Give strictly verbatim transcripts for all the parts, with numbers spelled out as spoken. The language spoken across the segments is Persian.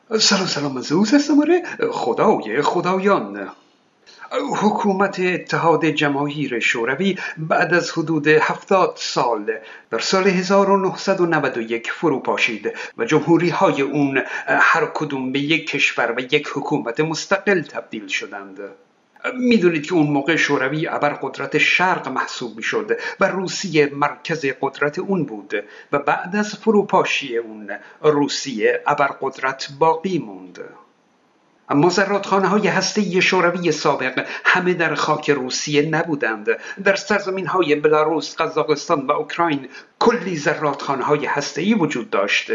سلام سلام از اوست هستم. آره خدای خدایان. حکومت اتحاد جماهیر شوروی بعد از حدود هفتاد سال در سال هزار و نهصد و نود و یک فرو پاشید و جمهوری های اون هر کدوم به یک کشور و یک حکومت مستقل تبدیل شدند. میدونید که اون موقع شوروی ابرقدرت شرق محسوب میشد و روسیه مرکز قدرت اون بود و بعد از فروپاشی اون روسیه ابرقدرت باقی موند. اما زرادخانه‌های هسته‌ای شوروی سابق همه در خاک روسیه نبودند. در سرزمین‌های بلاروس، قزاقستان و اوکراین کلی زرادخانه‌های هسته‌ای وجود داشت.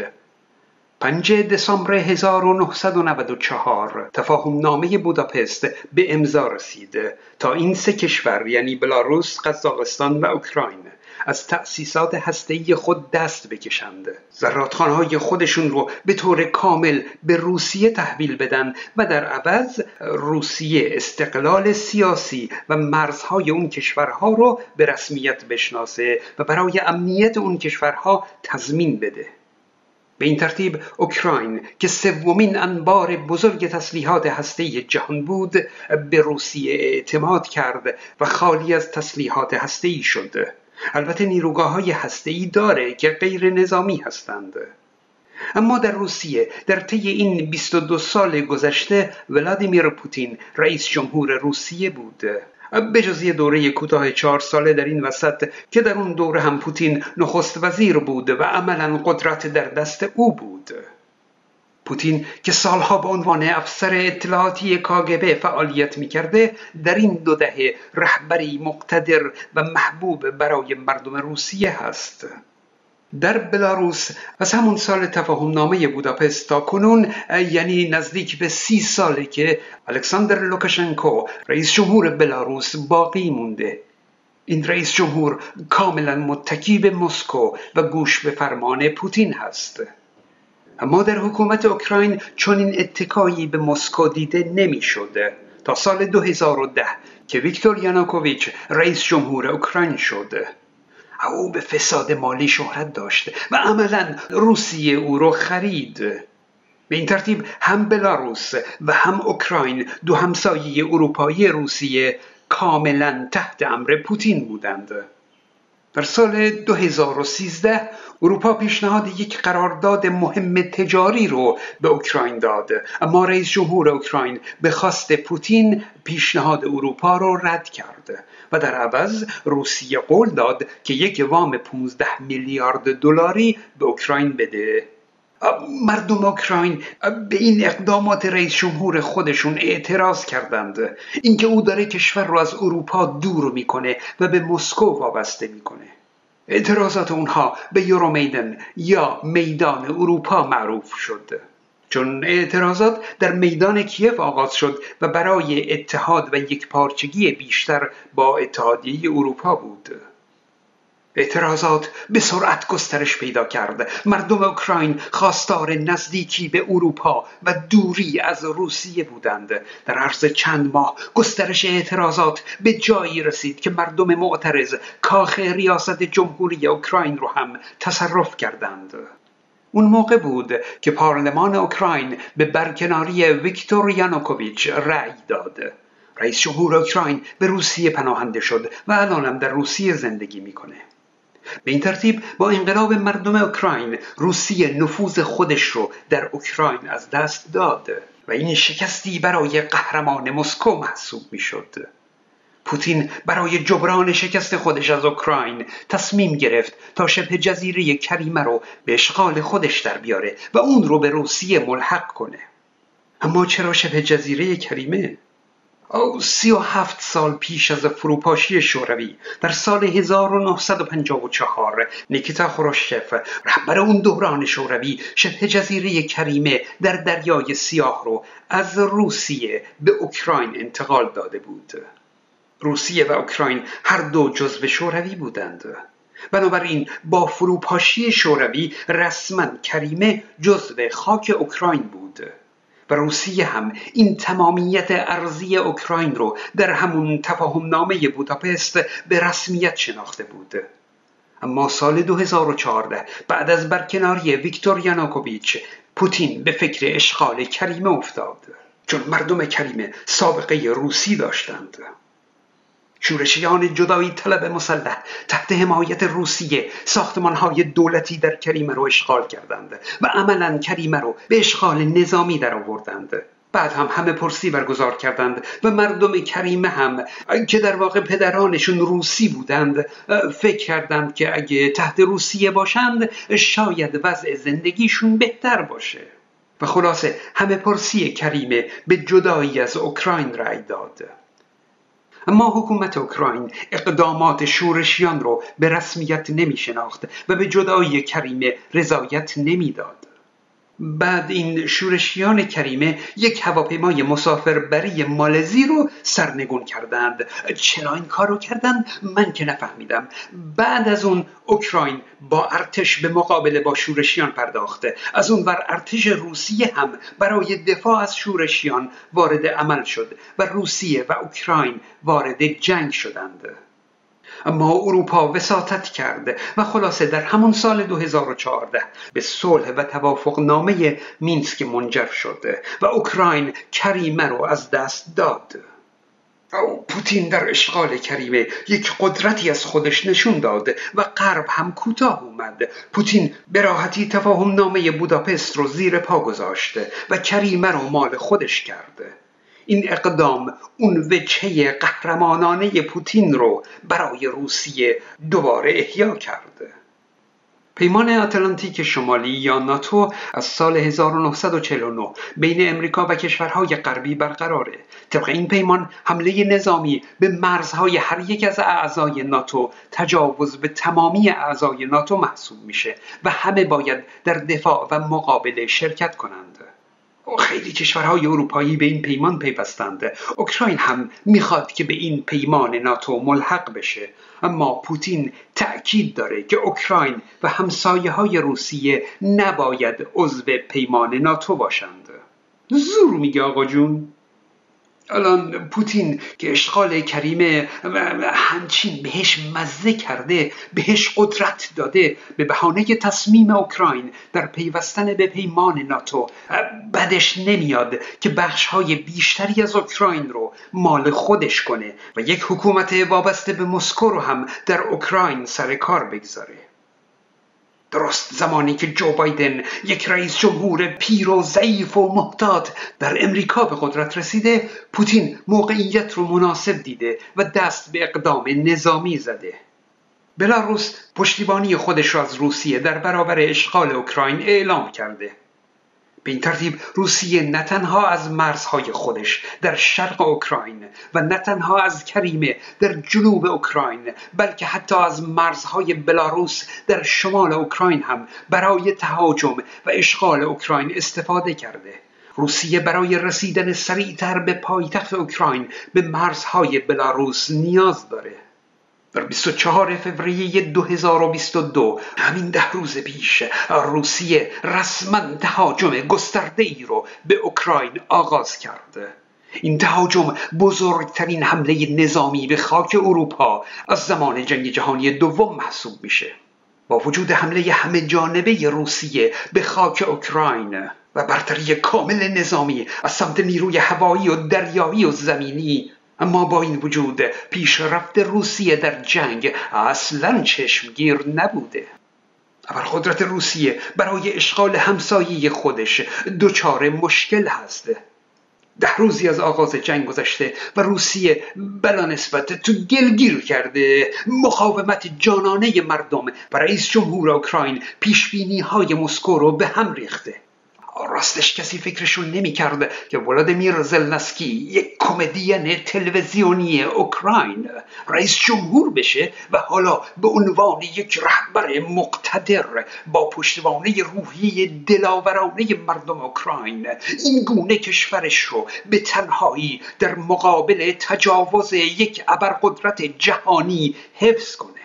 پنجم دسامبر هزار و نهصد و نود و چهار تفاهم نامه بوداپست به امضا رسید تا این سه کشور یعنی بلاروس، قزاقستان و اوکراین از تأسیسات هسته‌ای خود دست بکشند، زرادخانه‌های خودشون رو به طور کامل به روسیه تحویل بدن و در عوض روسیه استقلال سیاسی و مرزهای اون کشورها رو به رسمیت بشناسه و برای امنیت اون کشورها تضمین بده. به این ترتیب اوکراین که سومین انبار بزرگ تسلیحات هسته‌ای جهان بود به روسیه اعتماد کرد و خالی از تسلیحات هسته‌ای شد. البته نیروگاه‌های هسته‌ای داره که غیر نظامی هستند. اما در روسیه در طی این بیست و دو سال گذشته ولادیمیر پوتین رئیس جمهور روسیه بود. به جز یه دوره کوتاه چهار ساله در این وسط که در اون دوره هم پوتین نخست وزیر بود و عملاً قدرت در دست او بود. پوتین که سالها به عنوان افسر اطلاعاتی کاگبه فعالیت می‌کرده، در این دو دهه رهبری مقتدر و محبوب برای مردم روسیه هست. در بلاروس از همون سال تفاهم نامه بوداپست تا کنون، یعنی نزدیک به سی ساله که الکساندر لوکاشنکو رئیس جمهور بلاروس باقی مونده. این رئیس جمهور کاملا متکی به مسکو و گوش به فرمان پوتین هست. اما در حکومت اوکراین چنین اتکایی به مسکو دیده نمی شده تا سال دو هزار و ده که ویکتور یانوکوویچ رئیس جمهور اوکراین شد. او به فساد مالی شهرت داشت و عملاً روسیه او رو خرید. به این ترتیب هم بلاروس و هم اوکراین، دو همسایه اروپایی روسیه، کاملاً تحت امر پوتین بودند. در سال دو هزار و سیزده اروپا پیشنهاد یک قرارداد مهم تجاری رو به اوکراین داد، اما رئیس جمهور اوکراین به خواست پوتین پیشنهاد اروپا رو رد کرد و در عوض روسیه قول داد که یک وام پانزده میلیارد دلاری به اوکراین بده. مردم اوکراین به این اقدامات رئیس جمهور خودشون اعتراض کردند، اینکه او داره کشور رو از اروپا دور میکنه و به مسکو وابسته میکنه. اعتراضات اونها به یورومیدان یا میدان اروپا معروف شد، چون اعتراضات در میدان کیف آغاز شد و برای اتحاد و یکپارچگی بیشتر با اتحادیه اروپا بود. اعتراضات به سرعت گسترش پیدا کرد. مردم اوکراین خواستار نزدیکی به اروپا و دوری از روسیه بودند. در عرض چند ماه گسترش اعتراضات به جایی رسید که مردم معترض کاخ ریاست جمهوری اوکراین رو هم تصرف کردند. اون موقع بود که پارلمان اوکراین به برکناری ویکتور یانوکوویچ رأی داد. رئیس جمهور اوکراین به روسیه پناهنده شد و الانم در روسیه زندگی میکنه. به این ترتیب با انقلاب مردم اوکراین روسیه نفوذ خودش رو در اوکراین از دست داد و این شکستی برای قهرمان مسکو محسوب می شد. پوتین برای جبران شکست خودش از اوکراین تصمیم گرفت تا شبه جزیره کریمه رو به اشغال خودش در بیاره و اون رو به روسیه ملحق کنه. اما چرا شبه جزیره کریمه؟ او سی و هفت سال پیش از فروپاشی شوروی در سال هزار و نهصد و پنجاه و چهار نیکیتا خروشچف رهبر اون دوران شوروی شبه جزیره کریمه در دریای سیاه رو از روسیه به اوکراین انتقال داده بود. روسیه و اوکراین هر دو جزو شوروی بودند. بنابراین با فروپاشی شوروی رسما کریمه جزو خاک اوکراین بود و روسیه هم این تمامیت ارضی اوکراین رو در همون تفاهم نامه بوداپست به رسمیت شناخته بود. اما سال دو هزار و چهارده بعد از برکناری ویکتور یانوکوویچ پوتین به فکر اشغال کریمه افتاد، چون مردم کریمه سابقه روسی داشتند. شورشیان جدایی طلب مسلح تحت حمایت روسیه ساختمان‌های دولتی در کریمه رو اشغال کردند و عملاً کریمه رو به اشغال نظامی در آوردند. بعد هم همه پرسی برگزار کردند و مردم کریمه هم که در واقع پدرانشون روسی بودند فکر کردند که اگه تحت روسیه باشند شاید وضع زندگیشون بهتر باشه و خلاصه همه پرسی کریمه به جدایی از اوکراین رأی داد. اما حکومت اوکراین اقدامات شورشیان رو به رسمیت نمی شناخت و به جدایی کریمه رضایت نمی داد. بعد این شورشیان کریمه یک هواپیمای مسافربری مالزی رو سرنگون کردند. چرا این کار رو کردند؟ من که نفهمیدم. بعد از اون اوکراین با ارتش به مقابله با شورشیان پرداخته. از اون ور ارتش روسیه هم برای دفاع از شورشیان وارد عمل شد و روسیه و اوکراین وارد جنگ شدند. اما اروپا وساطت کرد و خلاصه در همون سال دو هزار و چهارده به صلح و توافق نامه مینسک منجر شد و اوکراین کریمه رو از دست داد. او پوتین در اشغال کریمه یک قدرتی از خودش نشون داد و غرب هم کوتاه اومد. پوتین به راحتی تفاهم نامه بوداپست رو زیر پا گذاشت و کریمه رو مال خودش کرد. این اقدام اون وجهه قهرمانانه پوتین رو برای روسیه دوباره احیا کرد. پیمان آتلانتیک شمالی یا ناتو از سال هزار و نهصد و چهل و نه بین امریکا و کشورهای غربی برقراره. طبق این پیمان حمله نظامی به مرزهای هر یک از اعضای ناتو تجاوز به تمامی اعضای ناتو محسوب میشه و همه باید در دفاع و مقابله شرکت کنند. خیلی کشورهای اروپایی به این پیمان پیوستند. اوکراین هم میخواد که به این پیمان ناتو ملحق بشه، اما پوتین تأکید داره که اوکراین و همسایه‌های روسیه نباید عضو پیمان ناتو باشند. زور میگه آقا جون. الان پوتین که اشغال کریمه همچین بهش مزه کرده، بهش قدرت داده، به بهانه تصمیم اوکراین در پیوستن به پیمان ناتو بدش نمیاد که بخش‌های بیشتری از اوکراین رو مال خودش کنه و یک حکومت وابسته به مسکو رو هم در اوکراین سر کار بگذاره. درست زمانی که جو بایدن یک رئیس جمهور پیر و ضعیف و محتاط در امریکا به قدرت رسیده، پوتین موقعیت رو مناسب دیده و دست به اقدام نظامی زده. بلاروس پشتیبانی خودش را از روسیه در برابر اشغال اوکراین اعلام کرده. به این ترتیب روسیه نه تنها از مرزهای خودش در شرق اوکراین و نه تنها از کریمه در جنوب اوکراین، بلکه حتی از مرزهای بلاروس در شمال اوکراین هم برای تهاجم و اشغال اوکراین استفاده کرده. روسیه برای رسیدن سریعتر به پایتخت اوکراین به مرزهای بلاروس نیاز داره. در بیست و چهارم فوریه دو هزار و بیست و دو، همین ده روز پیش، روسیه رسما تهاجم گسترده‌ای رو به اوکراین آغاز کرد. این تهاجم بزرگترین حمله نظامی به خاک اروپا از زمان جنگ جهانی دوم محسوب میشه. با وجود حمله همه جانبه روسیه به خاک اوکراین و برتری کامل نظامی از سمت نیروی هوایی و دریایی و زمینی، اما با این وجود پیشرفت روسیه در جنگ اصلاً چشمگیر نبوده. ابرقدرت روسیه برای اشغال همسایه خودش دچار مشکل هست. ده روزی از آغاز جنگ گذشته و روسیه بلا نسبت تو گلگیر کرده. مقاومت جانانه مردم و رئیس جمهور اوکراین پیشبینی های مسکو رو به هم ریخته. راستش کسی فکرشون نمی کرد که ولادیمیر زلنسکی، یک کمدین تلویزیونی اوکراین، رئیس جمهور بشه و حالا به عنوان یک رهبر مقتدر با پشتوانه روحی دلاورانه مردم اوکراین این گونه کشورش رو به تنهایی در مقابل تجاوز یک ابرقدرت جهانی حفظ کنه.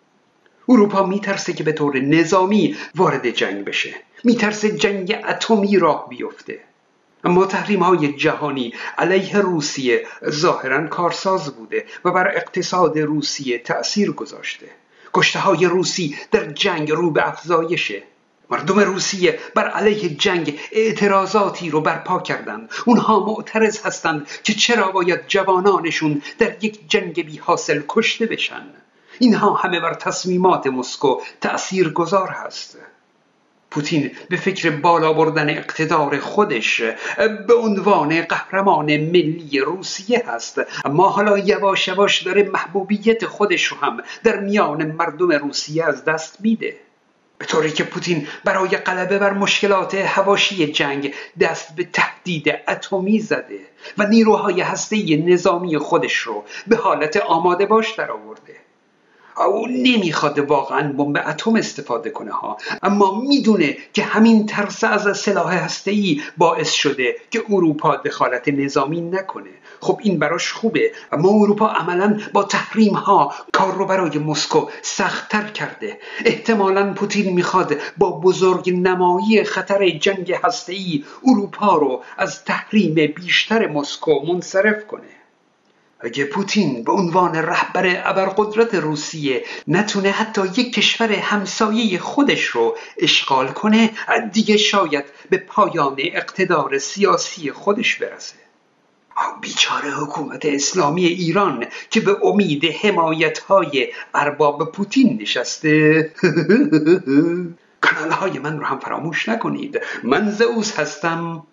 اروپا میترسه که به طور نظامی وارد جنگ بشه، میترسه جنگ اتمی راه بیفته. اما تحریم‌های جهانی علیه روسیه ظاهراً کارساز بوده و بر اقتصاد روسیه تأثیر گذاشته. کشته‌های روسی در جنگ رو به افزایشه. مردم روسیه بر علیه جنگ اعتراضاتی رو برپا کردند. اونها معترض هستند که چرا باید جوانانشون در یک جنگ بی حاصل کشته بشن. اینها همه بر تصمیمات مسکو تأثیر گذار هست. پوتین به فکر بالا بردن اقتدار خودش به عنوان قهرمان ملی روسیه هست، اما حالا یواش یواش داره محبوبیت خودش رو هم در میان مردم روسیه از دست میده، به طوری که پوتین برای غلبه بر مشکلات حواشی جنگ دست به تهدید اتمی زده و نیروهای هسته‌ای نظامی خودش رو به حالت آماده باش در آورده. او نمیخواد واقعا بمب اتم استفاده کنه ها، اما میدونه که همین ترس از سلاح هسته‌ای باعث شده که اروپا دخالت نظامی نکنه. خب این براش خوبه، اما اروپا عملاً با تحریم ها کار رو برای مسکو سخت‌تر کرده. احتمالاً پوتین میخواد با بزرگ نمایی خطر جنگ هسته‌ای اروپا رو از تحریم بیشتر مسکو منصرف کنه. اگه پوتین به عنوان رهبر ابرقدرت روسیه نتونه حتی یک کشور همسایه خودش رو اشغال کنه، دیگه شاید به پایان اقتدار سیاسی خودش برسه. بیچاره حکومت اسلامی ایران که به امید حمایت‌های ارباب پوتین نشسته. کانال های من رو هم فراموش نکنید. من زئوس هستم.